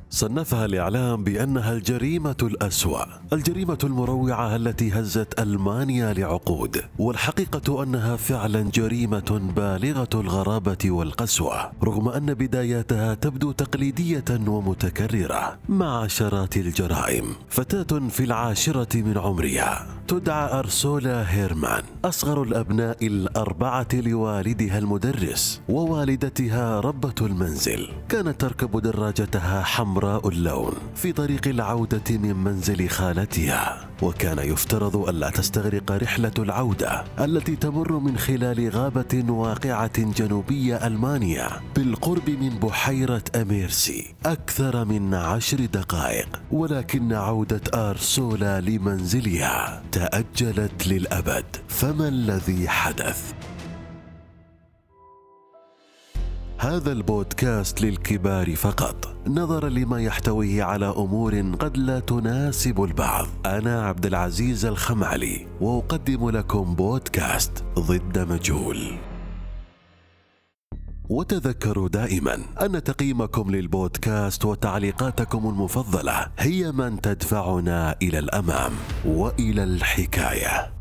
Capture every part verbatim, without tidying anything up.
صنفها الإعلام بأنها الجريمة الأسوأ، الجريمة المروعة التي هزت ألمانيا لعقود، والحقيقة أنها فعلا جريمة بالغة الغرابة والقسوة، رغم أن بداياتها تبدو تقليدية ومتكررة مع عشرات الجرائم. فتاة في العاشرة من عمرها تدعى أرسولا هيرمان، أصغر الأبناء الأربعة لوالدها المدرس ووالدتها ربة المنزل. كانت تركب دراجتها حمراء اللون في طريق العودة من منزل خالتها، وكان يفترض ألا تستغرق رحلة العودة التي تمر من خلال غابة واقعة جنوبية ألمانيا بالقرب من بحيرة أميرسي أكثر من عشر دقائق، ولكن عودة أرسولا لمنزلها تأجلت للأبد. فما الذي حدث؟ هذا البودكاست للكبار فقط، نظرا لما يحتويه على أمور قد لا تناسب البعض. أنا عبد العزيز الخمعلي، وأقدم لكم بودكاست ضد مجهول. وتذكروا دائما أن تقييمكم للبودكاست وتعليقاتكم المفضلة هي من تدفعنا إلى الأمام وإلى الحكاية.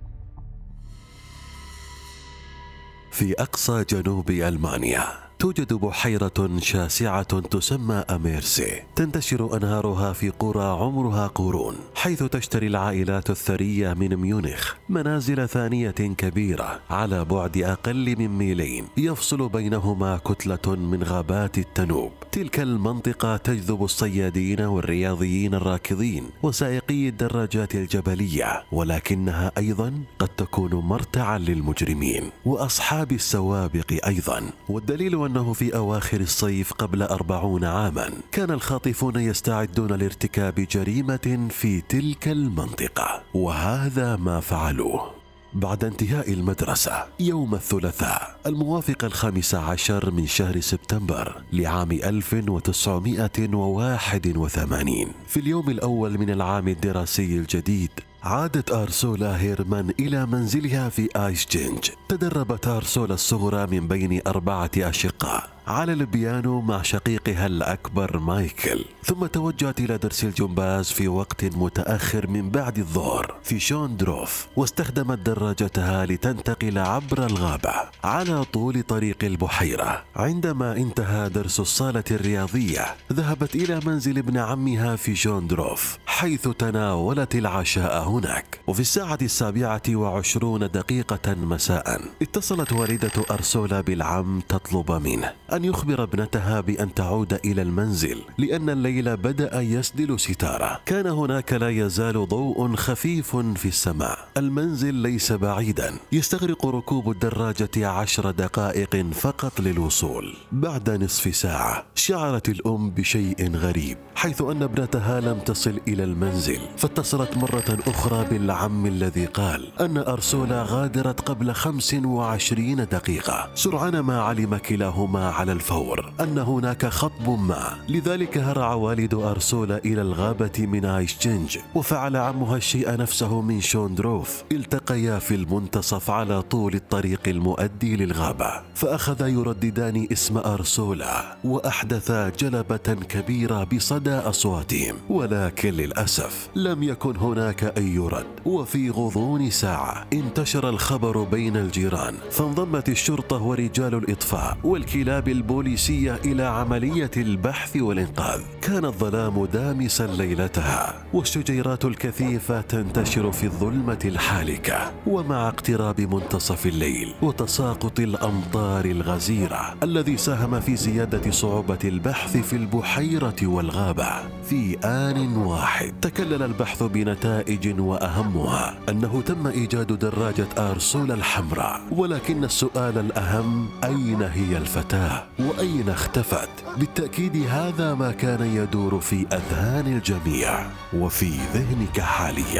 في أقصى جنوب ألمانيا توجد بحيرة شاسعة تسمى أميرسي، تنتشر أنهارها في قرى عمرها قرون، حيث تشتري العائلات الثرية من ميونخ منازل ثانية كبيرة على بعد أقل من ميلين يفصل بينهما كتلة من غابات التنوب. تلك المنطقة تجذب الصيادين والرياضيين الراكضين وسائقي الدراجات الجبلية، ولكنها أيضا قد تكون مرتعا للمجرمين وأصحاب السوابق أيضا. والدليل أنه في أواخر الصيف قبل أربعون عاما كان الخاطفون يستعدون لارتكاب جريمة في تلك المنطقة، وهذا ما فعلوه. بعد انتهاء المدرسة يوم الثلاثاء الموافق الخامس عشر من شهر سبتمبر لعام ألف وتسعمائة وواحد وثمانين، في اليوم الأول من العام الدراسي الجديد، عادت أرسولا هيرمان إلى منزلها في آيشجينج. تدربت أرسولا الصغرى من بين أربعة أشقاء على البيانو مع شقيقها الأكبر مايكل، ثم توجهت إلى درس الجمباز في وقت متأخر من بعد الظهر في شوندروف، واستخدمت دراجتها لتنتقل عبر الغابة على طول طريق البحيرة. عندما انتهى درس الصالة الرياضية ذهبت إلى منزل ابن عمها في شوندروف، حيث تناولت العشاء هناك. وفي الساعة السابعة وعشرون دقيقة مساء اتصلت والدة أرسولا بالعم تطلب منه أن يخبر ابنتها بأن تعود إلى المنزل، لأن الليل بدأ يسدل ستارة. كان هناك لا يزال ضوء خفيف في السماء. المنزل ليس بعيدا، يستغرق ركوب الدراجة عشر دقائق فقط للوصول. بعد نصف ساعة شعرت الأم بشيء غريب، حيث أن ابنتها لم تصل إلى المنزل، فاتصلت مرة أخرى بالعم الذي قال أن أرسولا غادرت قبل خمس وعشرين دقيقة. سرعان ما علم كلاهما على الفور أن هناك خطب ما، لذلك هرع والد أرسولا إلى الغابة من آيشجينج، وفعل عمها الشيء نفسه من شوندروف. التقيا في المنتصف على طول الطريق المؤدي للغابة، فأخذا يرددان اسم أرسولا وأحدثا جلبة كبيرة بصدى أصواتهم، ولكن للأسف لم يكن هناك أي رد. وفي غضون ساعة انتشر الخبر بين الجيران، فانضمت الشرطة ورجال الإطفاء والكلاب البوليسية إلى عملية البحث والإنقاذ. كان الظلام دامسا ليلتها، والشجيرات الكثيفة تنتشر في الظلمة الحالكة، ومع اقتراب منتصف الليل وتساقط الأمطار الغزيرة الذي ساهم في زيادة صعوبة البحث في البحيرة والغابة، في آن واحد تكلل البحث بنتائج، وأهمها أنه تم إيجاد دراجة أرسولا الحمراء. ولكن السؤال الأهم، أين هي الفتاة وأين اختفت؟ بالتأكيد هذا ما كان يدور في أذهان الجميع وفي ذهنك حاليا.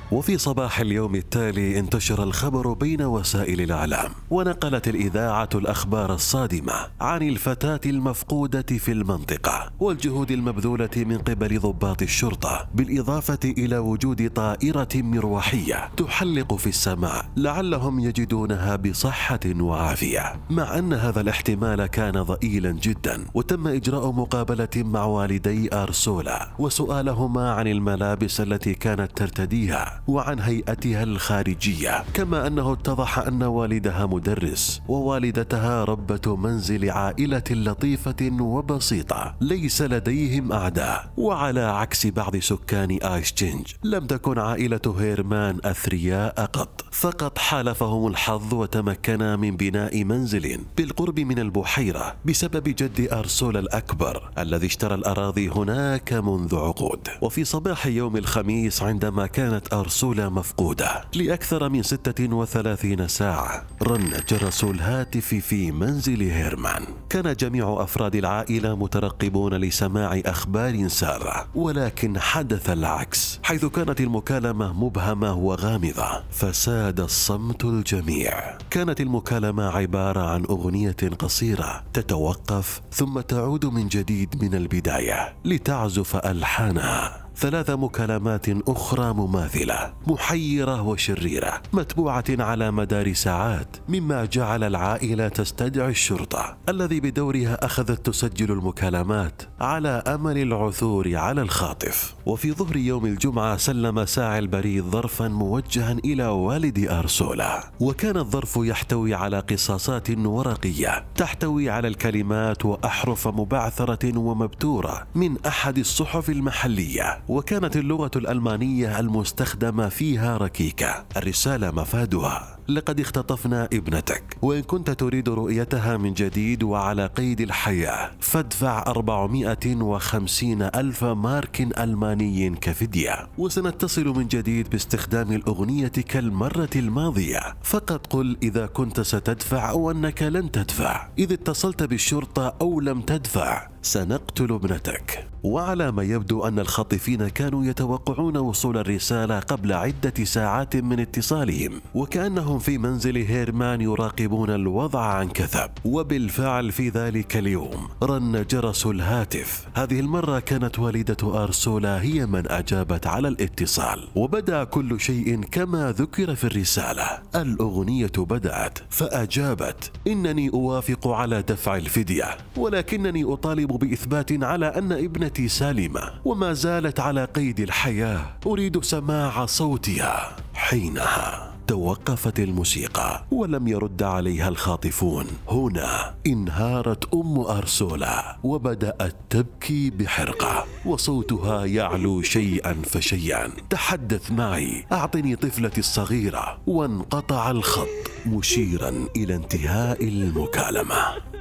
وفي صباح اليوم التالي انتشر الخبر بين وسائل الإعلام، ونقلت الإذاعة الأخبار الصادمة عن الفتاة المفقودة في المنطقة والجهود المبذولة من قبل ضباط الشرطة، بالإضافة إلى وجود طائرة مروحية تحلق في السماء لعلهم يجدونها بصحة وعافية، مع أن هذا الاحتمال كان ضئيلا جدا. وتم إجراء مقابلة مع والدي أرسولا وسؤالهما عن الملابس التي كانت ترتديها وعن هيئتها الخارجية، كما أنه اتضح أن والدها مدرس ووالدتها ربة منزل عائلة لطيفة وبسيطة ليس لديهم أعداء. وعلى عكس بعض سكان آيشتينج لم تكن عائلة هيرمان أثرياء قط، فقط حالفهم الحظ وتمكنا من بناء منزل بالقرب من البحيرة بسبب جد أرسولا الأكبر الذي اشترى الأراضي هناك منذ عقود. وفي صباح يوم الخميس عندما كانت أرسولا مفقودة لأكثر من ستة وثلاثين ساعة رن جرس الهاتف في منزل هيرمان. كان جميع أفراد العائلة مترقبون لسماع أخبار سارة، ولكن حدث العكس، حيث كانت المكالمة مبهمة وغامضة فساد الصمت الجميع. كانت المكالمة عبارة عن أغنية قصيرة تتوقف ثم تعود من جديد من البداية لتعزف ألحانها. ثلاث مكالمات أخرى مماثلة محيرة وشريرة متبوعة على مدار ساعات، مما جعل العائلة تستدعي الشرطة الذي بدورها أخذت تسجل المكالمات على أمل العثور على الخاطف. وفي ظهر يوم الجمعة سلم ساعي البريد ظرفا موجها إلى والد أرسولا، وكان الظرف يحتوي على قصاصات ورقية تحتوي على الكلمات وأحرف مبعثرة ومبتورة من أحد الصحف المحلية، وكانت اللغة الألمانية المستخدمة فيها ركيكة. الرسالة مفادها: لقد اختطفنا ابنتك، وإن كنت تريد رؤيتها من جديد وعلى قيد الحياة فادفع أربعمائة وخمسين ألف مارك ألماني كفدية. وسنتصل من جديد باستخدام الأغنية كالمرة الماضية، فقط قل إذا كنت ستدفع أو أنك لن تدفع. إذا اتصلت بالشرطة أو لم تدفع سنقتل ابنتك. وعلى ما يبدو أن الخاطفين كانوا يتوقعون وصول الرسالة قبل عدة ساعات من اتصالهم، وكأنهم في منزل هيرمان يراقبون الوضع عن كثب. وبالفعل في ذلك اليوم رن جرس الهاتف. هذه المرة كانت والدة أرسولا هي من أجابت على الاتصال، وبدأ كل شيء كما ذكر في الرسالة. الأغنية بدأت فأجابت: إنني أوافق على دفع الفدية، ولكنني أطالب بإثبات على أن ابنتي سالمة وما زالت على قيد الحياة. أريد سماع صوتها. حينها توقفت الموسيقى ولم يرد عليها الخاطفون. هنا انهارت أم أرسولا وبدأت تبكي بحرقة، وصوتها يعلو شيئا فشيئا: تحدث معي، أعطني طفلتي الصغيرة. وانقطع الخط مشيرا إلى انتهاء المكالمة.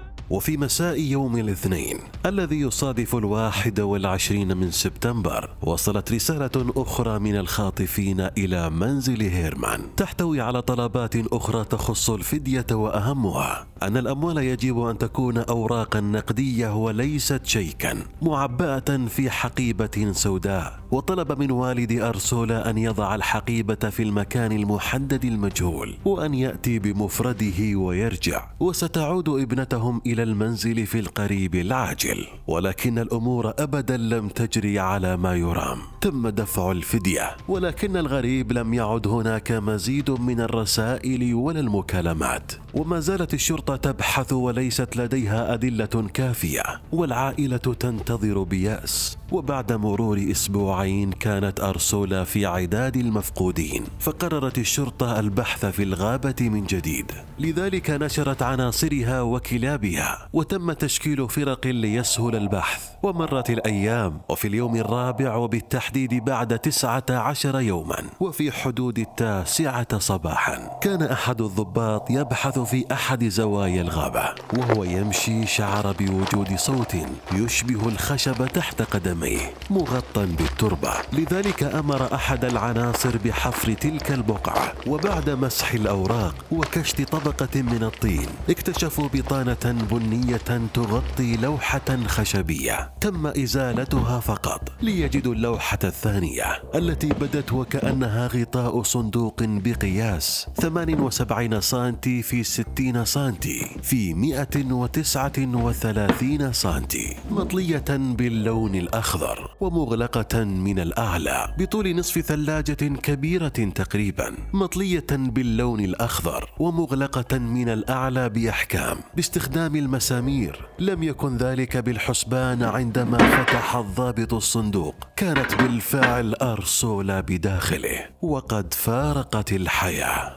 وفي مساء يوم الاثنين الذي يصادف الواحد والعشرين من سبتمبر وصلت رسالة أخرى من الخاطفين إلى منزل هيرمان تحتوي على طلبات أخرى تخص الفدية، وأهمها أن الأموال يجب أن تكون أوراقا نقدية وليست شيكا معبأة في حقيبة سوداء. وطلب من والد أرسولا أن يضع الحقيبة في المكان المحدد المجهول وأن يأتي بمفرده ويرجع، وستعود ابنتهم إلى المنزل في القريب العاجل. ولكن الأمور أبدا لم تجري على ما يرام. تم دفع الفدية، ولكن الغريب لم يعد هناك مزيد من الرسائل ولا المكالمات، وما زالت الشرطة تبحث وليست لديها أدلة كافية، والعائلة تنتظر بيأس. وبعد مرور أسبوعين كانت أرسولا في عداد المفقودين، فقررت الشرطة البحث في الغابة من جديد. لذلك نشرت عناصرها وكلابها، وتم تشكيل فرق ليسهل البحث. ومرت الأيام، وفي اليوم الرابع وبالتحديد بعد تسعة عشر يوما وفي حدود التاسعة صباحا كان أحد الضباط يبحث في أحد زوايا الغابة، وهو يمشي شعر بوجود صوت يشبه الخشب تحت قدميه. قدميه مغطى بالتربة، لذلك أمر أحد العناصر بحفر تلك البقعة، وبعد مسح الأوراق وكشف طبقة من الطين اكتشفوا بطانة بنية تغطي لوحة خشبية تم إزالتها فقط ليجدوا اللوحة الثانية التي بدت وكأنها غطاء صندوق بقياس ثمانية وسبعين سنتي في ستين سنتي في مئة وتسعة وثلاثين سنتي، مطلية باللون الأخضر ومغلقة من الأعلى بطول نصف ثلاجة كبيرة تقريبا، مطلية باللون الأخضر ومغلقة من الأعلى بإحكام باستخدام المسامير. لم يكن ذلك بالحسبان عندما فتح الضابط الصندوق، كانت بالفعل أرسولا بداخله وقد فارقت الحياة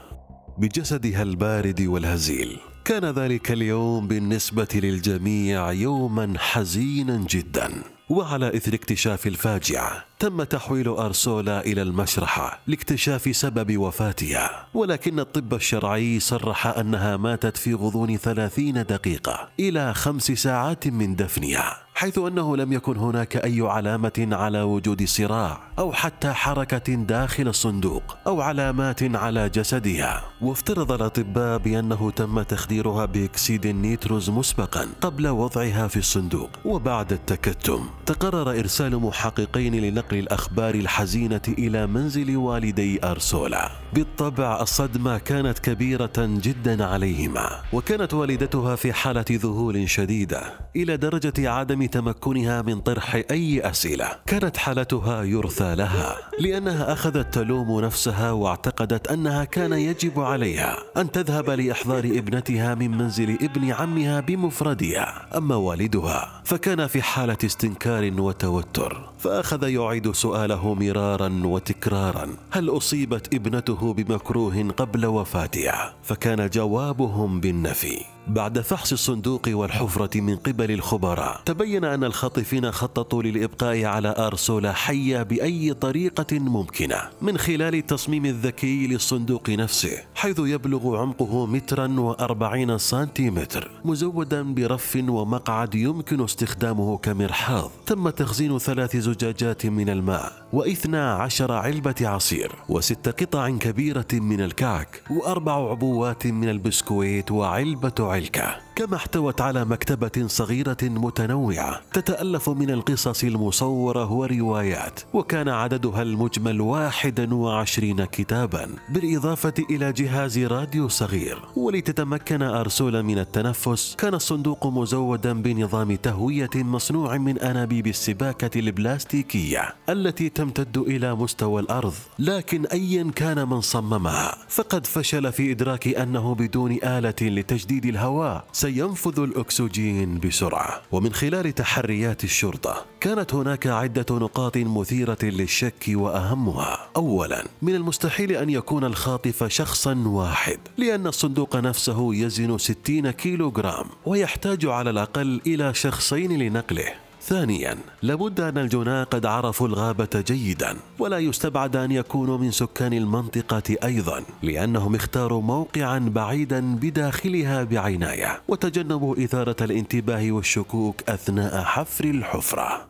بجسدها البارد والهزيل. كان ذلك اليوم بالنسبة للجميع يوما حزينا جدا، وعلى إثر اكتشاف الفاجعة تم تحويل أرسولا إلى المشرحة لاكتشاف سبب وفاتها، ولكن الطب الشرعي صرح أنها ماتت في غضون ثلاثين دقيقة إلى خمس ساعات من دفنها، حيث أنه لم يكن هناك أي علامة على وجود صراع أو حتى حركة داخل الصندوق أو علامات على جسدها. وافترض الأطباء بأنه تم تخديرها بأكسيد النيتروز مسبقا قبل وضعها في الصندوق. وبعد التكتم تقرر إرسال محققين لنقل الأخبار الحزينة إلى منزل والدي أرسولا. بالطبع الصدمة كانت كبيرة جدا عليهما، وكانت والدتها في حالة ذهول شديدة إلى درجة عدم تمكنها من طرح أي أسئلة. كانت حالتها يرثى لها لأنها أخذت تلوم نفسها واعتقدت أنها كان يجب عليها أن تذهب لإحضار ابنتها من منزل ابن عمها بمفردها. أما والدها فكان في حالة استنكار وتوتر، فأخذ يعيد سؤاله مرارا وتكرارا: هل أصيبت ابنته بمكروه قبل وفاتها؟ فكان جوابهم بالنفي. بعد فحص الصندوق والحفرة من قبل الخبراء تبين أن الخاطفين خططوا للإبقاء على أرسولا حية بأي طريقة ممكنة من خلال التصميم الذكي للصندوق نفسه، حيث يبلغ عمقه مترا وأربعين سنتيمتر، مزودا برف ومقعد يمكن استخدامه كمرحاض. تم تخزين ثلاث زجاجات من الماء واثنا عشر علبة عصير وست قطع كبيرة من الكعك وأربع عبوات من البسكويت وعلبة علكة، كما احتوت على مكتبة صغيرة متنوعة تتألف من القصص المصورة وروايات، وكان عددها المجمل واحد وعشرين كتابا، بالإضافة إلى جهاز راديو صغير. ولتتمكن أرسولا من التنفس كان الصندوق مزودا بنظام تهوية مصنوع من أنابيب السباكة البلاستيكية التي تمتد إلى مستوى الأرض، لكن أيا كان من صممها فقد فشل في إدراك أنه بدون آلة لتجديد الهواء سينفذ الأكسجين بسرعة. ومن خلال تحريات الشرطة كانت هناك عدة نقاط مثيرة للشك، وأهمها: أولا، من المستحيل أن يكون الخاطف شخصا واحد، لأن الصندوق نفسه يزن ستين كيلوغرام ويحتاج على الأقل إلى شخصين لنقله. ثانيا، لابد أن الجناة قد عرفوا الغابة جيدا، ولا يستبعد أن يكونوا من سكان المنطقة أيضا، لأنهم اختاروا موقعا بعيدا بداخلها بعناية وتجنبوا إثارة الانتباه والشكوك أثناء حفر الحفرة.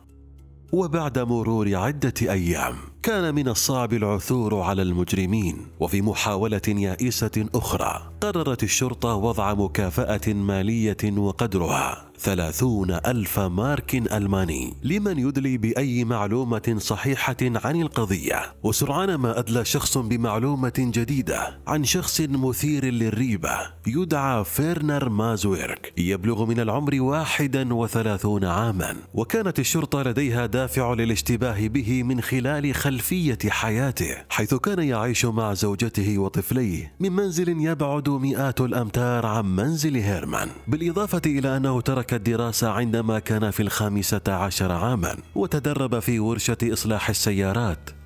وبعد مرور عدة أيام كان من الصعب العثور على المجرمين، وفي محاولة يائسة أخرى قررت الشرطة وضع مكافأة مالية وقدرها ثلاثون ألف مارك ألماني لمن يدلي بأي معلومة صحيحة عن القضية. وسرعان ما أدلى شخص بمعلومة جديدة عن شخص مثير للريبة يدعى فيرنر مازويرك، يبلغ من العمر واحدا وثلاثون عاما، وكانت الشرطة لديها دافع للاشتباه به من خلال خلفية حياته، حيث كان يعيش مع زوجته وطفليه من منزل يبعد مئات الأمتار عن منزل هيرمان، بالإضافة إلى أنه ترك الدراسة عندما كان في الخامسة عشر عاما وتدرب في ورشة إصلاح السيارات.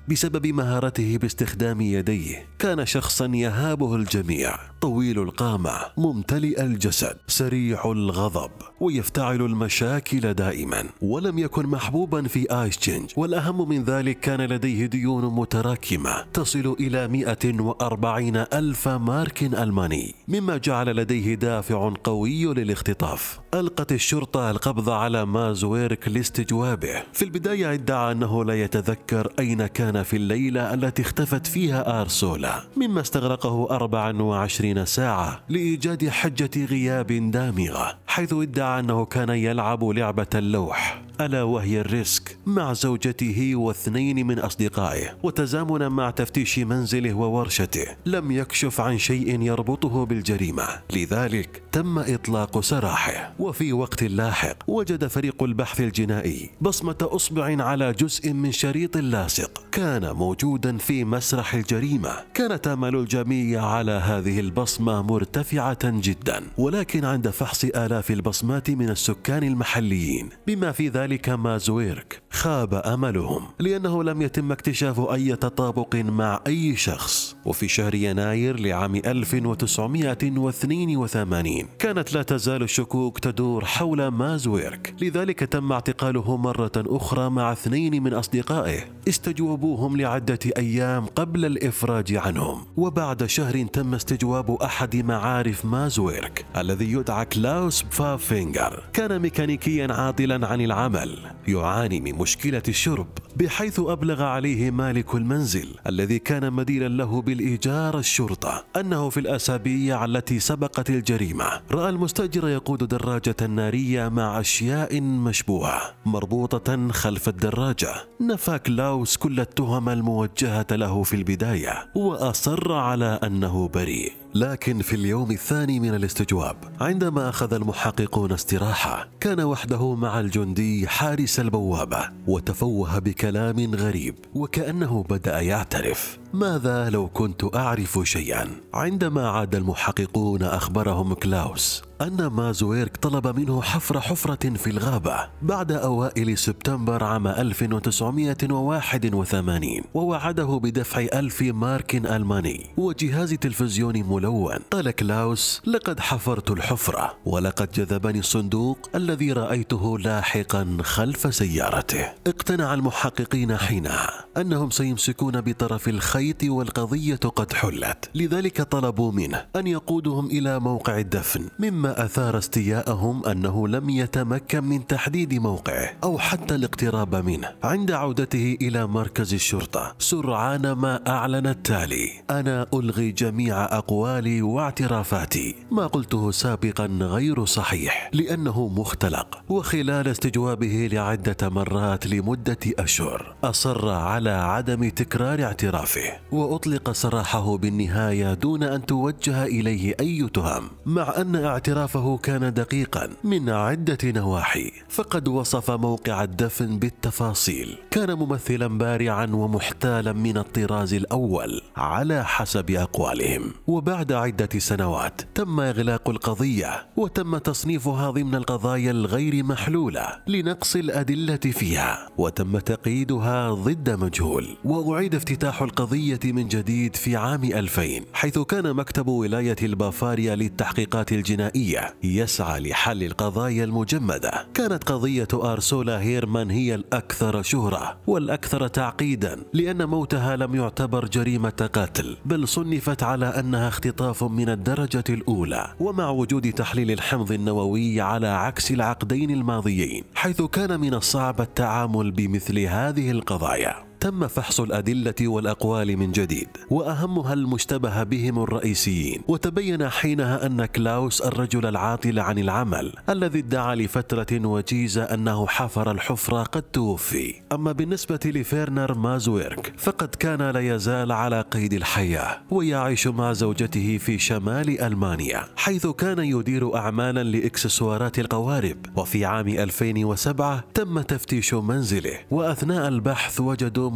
بسبب مهارته باستخدام يديه. كان شخصا يهابه الجميع، طويل القامة، ممتلئ الجسد، سريع الغضب، ويفتعل المشاكل دائما، ولم يكن محبوبا في آيس تشينج. والأهم من ذلك كان لديه ديون متراكمة تصل إلى مئة وأربعين ألف مارك ألماني، مما جعل لديه دافع قوي للاختطاف. ألقت الشرطة القبض على مازويرك لاستجوابه. في البداية ادعى أنه لا يتذكر أين كان في الليلة التي اختفت فيها أرسولا، مما استغرقه أربع وعشرين ساعة لإيجاد حجة غياب دامغة، حيث ادعى أنه كان يلعب لعبة اللوح ألا وهي الريسك مع زوجته واثنين من أصدقائه. وتزامنا مع تفتيش منزله وورشته لم يكشف عن شيء يربطه بالجريمة، لذلك تم إطلاق سراحه. وفي وقت لاحق وجد فريق البحث الجنائي بصمة أصبع على جزء من شريط لاصق كان موجودا في مسرح الجريمة. كانت آمال الجميع على هذه البصمة مرتفعة جدا، ولكن عند فحص آلاف البصمات من السكان المحليين بما في ذلك مازويرك خاب أملهم، لأنه لم يتم اكتشاف أي تطابق مع أي شخص. وفي شهر يناير لعام ألف وتسعمئة واثنين وثمانين كانت لا تزال الشكوك تدور حول مازويرك، لذلك تم اعتقاله مرة أخرى مع اثنين من أصدقائه استجوبوهم لعدة أيام قبل الإفراج عنهم. وبعد شهر تم استجواب أحد معارف مازويرك الذي يدعى كلاوس بفافينغر. كان ميكانيكيا عاطلا عن العمل يعاني من مشكلة الشرب، بحيث أبلغ عليه مالك المنزل الذي كان مدينا له بالإيجار الشرطة أنه في الأسابيع التي سبقت الجريمة رأى المستأجر يقود دراجة نارية مع أشياء مشبوهة مربوطة خلف الدراجة. نفى كلاوس كل التهم الموجهة له في البداية وأصر على أنه بريء. لكن في اليوم الثاني من الاستجواب عندما أخذ المحققون استراحة كان وحده مع الجندي حارس البوابة، وتفوه بكلام غريب وكأنه بدأ يعترف. ماذا لو كنت أعرف شيئا؟ عندما عاد المحققون أخبرهم كلاوس أن مازويرك طلب منه حفر حفرة في الغابة بعد أوائل سبتمبر عام ألف وتسعمئة وواحد وثمانين، ووعده بدفع ألف مارك ألماني وجهاز تلفزيون ملون. قال كلاوس: لقد حفرت الحفرة ولقد جذبني الصندوق الذي رأيته لاحقا خلف سيارته. اقتنع المحققين حينها أنهم سيمسكون بطرف الخيط والقضية قد حلت، لذلك طلبوا منه أن يقودهم إلى موقع الدفن، مما أثار استياءهم أنه لم يتمكن من تحديد موقعه أو حتى الاقتراب منه. عند عودته إلى مركز الشرطة سرعان ما أعلن التالي: أنا ألغي جميع أقوالي واعترافاتي، ما قلته سابقا غير صحيح لأنه مختلق. وخلال استجوابه لعدة مرات لمدة أشهر أصر على عدم تكرار اعترافه، وأطلق سراحه بالنهاية دون أن توجه إليه أي تهم، مع أن اعترافه كان دقيقا من عدة نواحي. فقد وصف موقع الدفن بالتفاصيل، كان ممثلا بارعا ومحتالا من الطراز الأول على حسب أقوالهم. وبعد عدة سنوات تم إغلاق القضية وتم تصنيفها ضمن القضايا الغير محلولة لنقص الأدلة فيها، وتم تقييدها ضد مجهول. وأعيد افتتاح القضية من جديد في عام ألفين، حيث كان مكتب ولاية البافاريا للتحقيقات الجنائية يسعى لحل القضايا المجمدة. كانت قضية أرسولا هيرمان هي الأكثر شهرة والأكثر تعقيدا، لأن موتها لم يعتبر جريمة قتل، بل صنفت على أنها اختطاف من الدرجة الأولى، ومع وجود تحليل الحمض النووي على عكس العقدين الماضيين، حيث كان من الصعب التعامل بمثل هذه القضايا. تم فحص الأدلة والأقوال من جديد، وأهمها المشتبه بهم الرئيسيين، وتبين حينها أن كلاوس الرجل العاطل عن العمل الذي ادعى لفترة وجيزة أنه حفر الحفرة قد توفي. أما بالنسبة لفيرنر مازويرك فقد كان لا يزال على قيد الحياة ويعيش مع زوجته في شمال ألمانيا، حيث كان يدير أعمالا لإكسسوارات القوارب. وفي عام ألفين وسبعة تم تفتيش منزله، وأثناء البحث وجدوا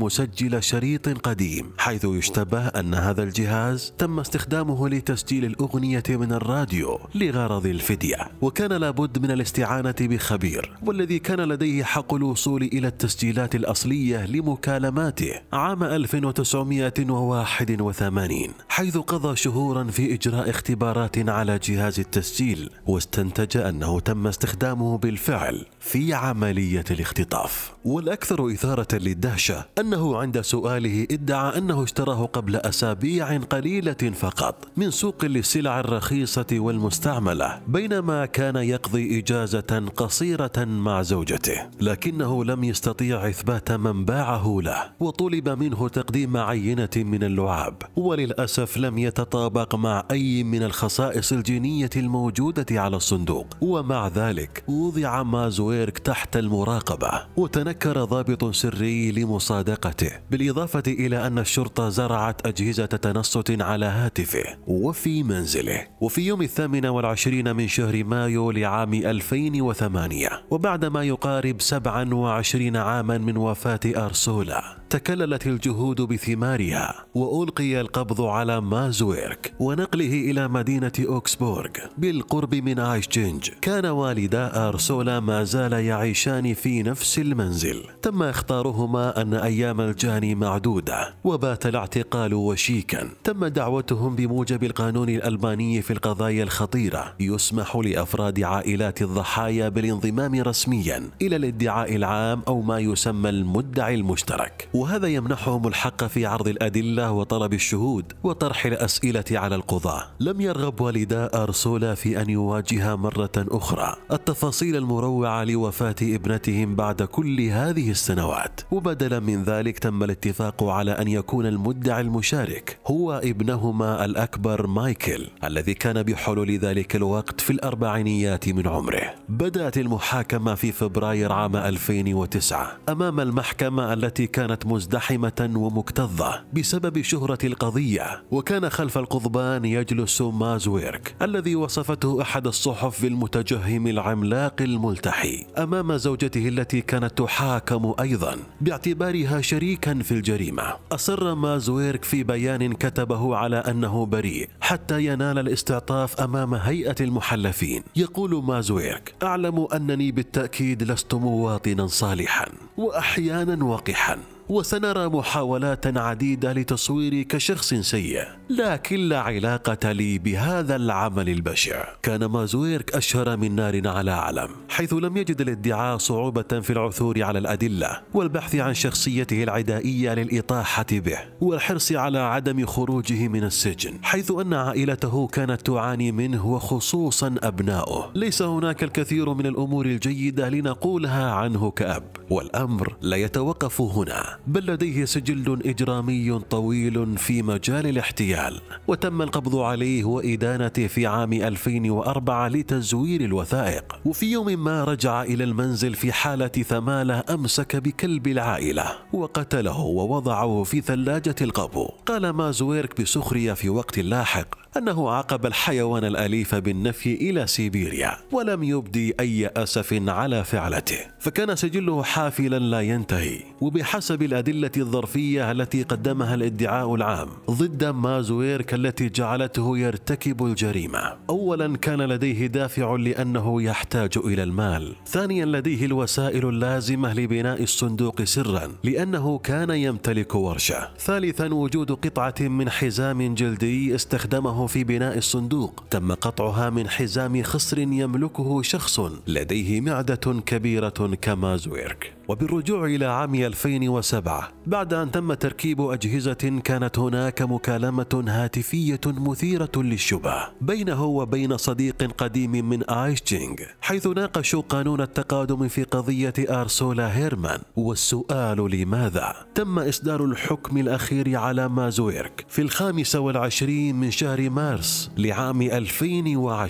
مسجل شريط قديم، حيث يشتبه أن هذا الجهاز تم استخدامه لتسجيل الأغنية من الراديو لغرض الفدية، وكان لابد من الاستعانة بخبير، والذي كان لديه حق الوصول إلى التسجيلات الأصلية لمكالماته عام ألف وتسعمائة وواحد وثمانين، حيث قضى شهورا في إجراء اختبارات على جهاز التسجيل، واستنتج أنه تم استخدامه بالفعل في عملية الاختطاف. والأكثر إثارة للدهشة أنه عند سؤاله ادعى أنه اشتراه قبل أسابيع قليلة فقط من سوق للسلع الرخيصة والمستعملة، بينما كان يقضي إجازة قصيرة مع زوجته، لكنه لم يستطيع إثبات من باعه له، وطلب منه تقديم عينة من اللعاب، وللأسف لم يتطابق مع أي من الخصائص الجينية الموجودة على الصندوق. ومع ذلك وضع مازويرك تحت المراقبة، وتنكر ضابط سري لمصادقته، بالإضافة إلى أن الشرطة زرعت أجهزة تنصت على هاتفه وفي منزله. وفي يوم الثامن والعشرين من شهر مايو لعام ألفين وثمانية، وبعد ما يقارب سبعا وعشرين عاما من وفاة أرسولا، تكللت الجهود بثمارها، وألقي القبض على مازويرك ونقله إلى مدينة أوكسبورغ بالقرب من آيشتينج. كان والدا أرسولا ما زال يعيشان في نفس المنزل. تم اختارهما أن أيام الجاني معدودة، وبات الاعتقال وشيكا. تم دعوتهم بموجب القانون الألماني في القضايا الخطيرة، يسمح لأفراد عائلات الضحايا بالانضمام رسميا إلى الادعاء العام أو ما يسمى المدعي المشترك، وهذا يمنحهم الحق في عرض الأدلة وطلب الشهود وطرح الأسئلة على القضاة. لم يرغب والدا أرسولا في أن يواجه مرة أخرى التفاصيل المروعة لوفاة ابنتهم بعد كل هذه السنوات، وبدلا من ذلك تم الاتفاق على أن يكون المدعي المشارك هو ابنهما الأكبر مايكل، الذي كان بحلول ذلك الوقت في الأربعينيات من عمره. بدأت المحاكمة في فبراير عام ألفين وتسعة أمام المحكمة التي كانت مزدحمة ومكتظة بسبب شهرة القضية، وكان خلف القضبان يجلس مازويرك الذي وصفته أحد الصحف بالمتجهم العملاق الملتحي، أمام زوجته التي كانت تحاكم أيضا باعتبارها شريكا في الجريمة. أصر مازويرك في بيان كتبه على أنه بريء حتى ينال الاستعطاف أمام هيئة المحلفين. يقول مازويرك: أعلم أنني بالتأكيد لست مواطنا صالحا وأحيانا وقحا، وسنرى محاولات عديدة لتصويري كشخص سيء، لكن لا علاقة لي بهذا العمل البشع. كان مازويرك أشهر من نار على علم، حيث لم يجد الادعاء صعوبة في العثور على الأدلة والبحث عن شخصيته العدائية للإطاحة به والحرص على عدم خروجه من السجن، حيث أن عائلته كانت تعاني منه وخصوصا أبناؤه. ليس هناك الكثير من الأمور الجيدة لنقولها عنه كأب، والأمر لا يتوقف هنا، بل لديه سجل إجرامي طويل في مجال الاحتيال، وتم القبض عليه وإدانته في عام ألفين وأربعة لتزوير الوثائق. وفي يوم ما رجع إلى المنزل في حالة ثمالة، أمسك بكلب العائلة وقتله ووضعه في ثلاجة القبو. قال مازويرك بسخرية في وقت لاحق أنه عاقب الحيوان الأليف بالنفي إلى سيبيريا، ولم يبدي أي أسف على فعلته، فكان سجله حافلا لا ينتهي. وبحسب الأدلة الظرفية التي قدمها الادعاء العام ضد مازويرك التي جعلته يرتكب الجريمة: أولا، كان لديه دافع لأنه يحتاج إلى المال. ثانيا، لديه الوسائل اللازمة لبناء الصندوق سرا لأنه كان يمتلك ورشة. ثالثا، وجود قطعة من حزام جلدي استخدمه في بناء الصندوق، تم قطعها من حزام خصر يملكه شخص لديه معدة كبيرة كمازويرك. وبالرجوع إلى عام ألفين وسبعة، بعد أن تم تركيب أجهزة، كانت هناك مكالمة هاتفية مثيرة للشبه بينه وبين صديق قديم من آيشتينغ، حيث ناقشوا قانون التقادم في قضية أرسولا هيرمان. والسؤال: لماذا؟ تم إصدار الحكم الأخير على مازويرك في الخامس والعشرين من شهر مارس لعام ألفين وعشرة،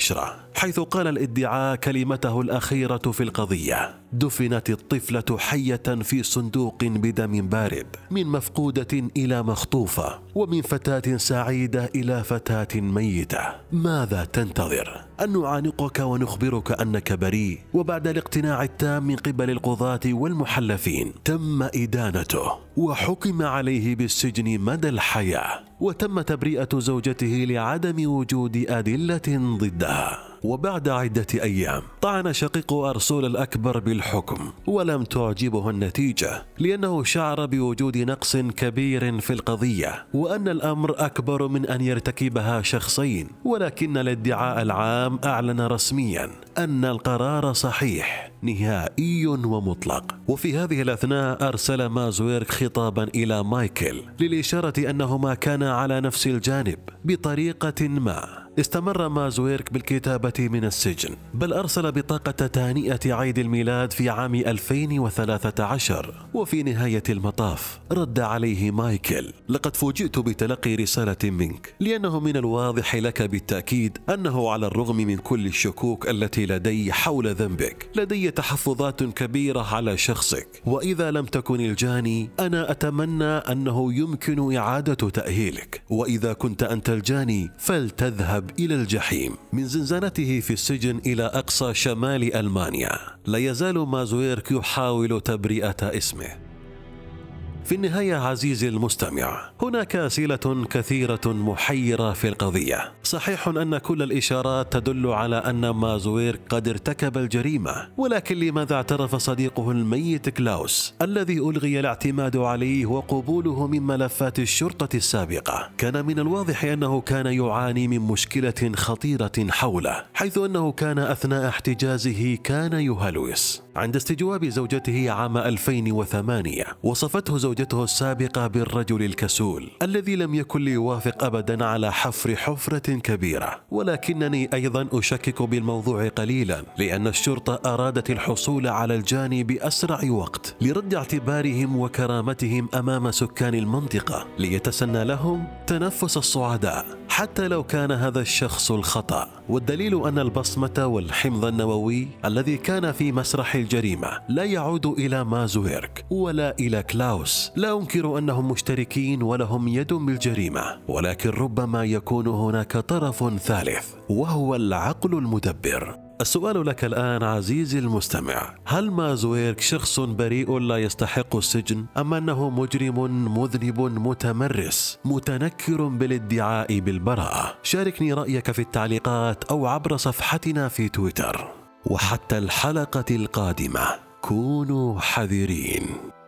حيث قال الادعاء كلمته الأخيرة في القضية: دفنت الطفلة حية في صندوق بدم بارد، من مفقودة إلى مخطوفة، ومن فتاة سعيدة إلى فتاة ميتة. ماذا تنتظر؟ أن نعانقك ونخبرك أنك بريء. وبعد الاقتناع التام من قبل القضاة والمحلفين تم إدانته وحكم عليه بالسجن مدى الحياة، وتم تبرئة زوجته لعدم وجود أدلة ضدها. وبعد عدة أيام طعن شقيق أرسول الأكبر بالحكم، ولم تعجبه النتيجة، لأنه شعر بوجود نقص كبير في القضية، وأن الأمر أكبر من أن يرتكبها شخصين. ولكن الادعاء العام أعلن رسميا أن القرار صحيح نهائي ومطلق. وفي هذه الأثناء أرسل مازويرك خطابا إلى مايكل للإشارة أنهما كانا على نفس الجانب بطريقة ما. استمر مازويرك بالكتابة من السجن، بل أرسل بطاقة تهنئة عيد الميلاد في عام ألفين وثلاثة عشر. وفي نهاية المطاف رد عليه مايكل: لقد فوجئت بتلقي رسالة منك، لأنه من الواضح لك بالتأكيد أنه على الرغم من كل الشكوك التي لدي حول ذنبك، لدي تحفظات كبيرة على شخصك، وإذا لم تكن الجاني أنا أتمنى أنه يمكن إعادة تأهيلك، وإذا كنت أنت الجاني فلتذهب إلى الجحيم. من زنزانته في السجن إلى أقصى شمال ألمانيا لا يزال مازويرك يحاول تبرئة اسمه. في النهاية عزيزي المستمع، هناك أسئلة كثيرة محيرة في القضية. صحيح أن كل الإشارات تدل على أن مازويرك قد ارتكب الجريمة، ولكن لماذا اعترف صديقه الميت كلاوس الذي ألغي الاعتماد عليه وقبوله من ملفات الشرطة السابقة؟ كان من الواضح أنه كان يعاني من مشكلة خطيرة حوله، حيث أنه كان أثناء احتجازه كان يهلوس. عند استجواب زوجته عام ألفين وثمانية وصفته زوجته السابقة بالرجل الكسول الذي لم يكن ليوافق أبدا على حفر حفرة كبيرة. ولكنني أيضا أشكك بالموضوع قليلا، لأن الشرطة أرادت الحصول على الجاني بأسرع وقت لرد اعتبارهم وكرامتهم أمام سكان المنطقة، ليتسنى لهم تنفس الصعداء حتى لو كان هذا الشخص الخطأ. والدليل أن البصمة والحمض النووي الذي كان في مسرح الجريمة لا يعود إلى مازويرك ولا إلى كلاوس. لا أنكر أنهم مشتركين ولهم يد بالجريمة، ولكن ربما يكون هناك طرف ثالث وهو العقل المدبر. السؤال لك الآن عزيزي المستمع: هل مازويرك شخص بريء لا يستحق السجن، أم أنه مجرم مذنب متمرس متنكر بالادعاء بالبراءة؟ شاركني رأيك في التعليقات أو عبر صفحتنا في تويتر. وحتى الحلقة القادمة كونوا حذرين.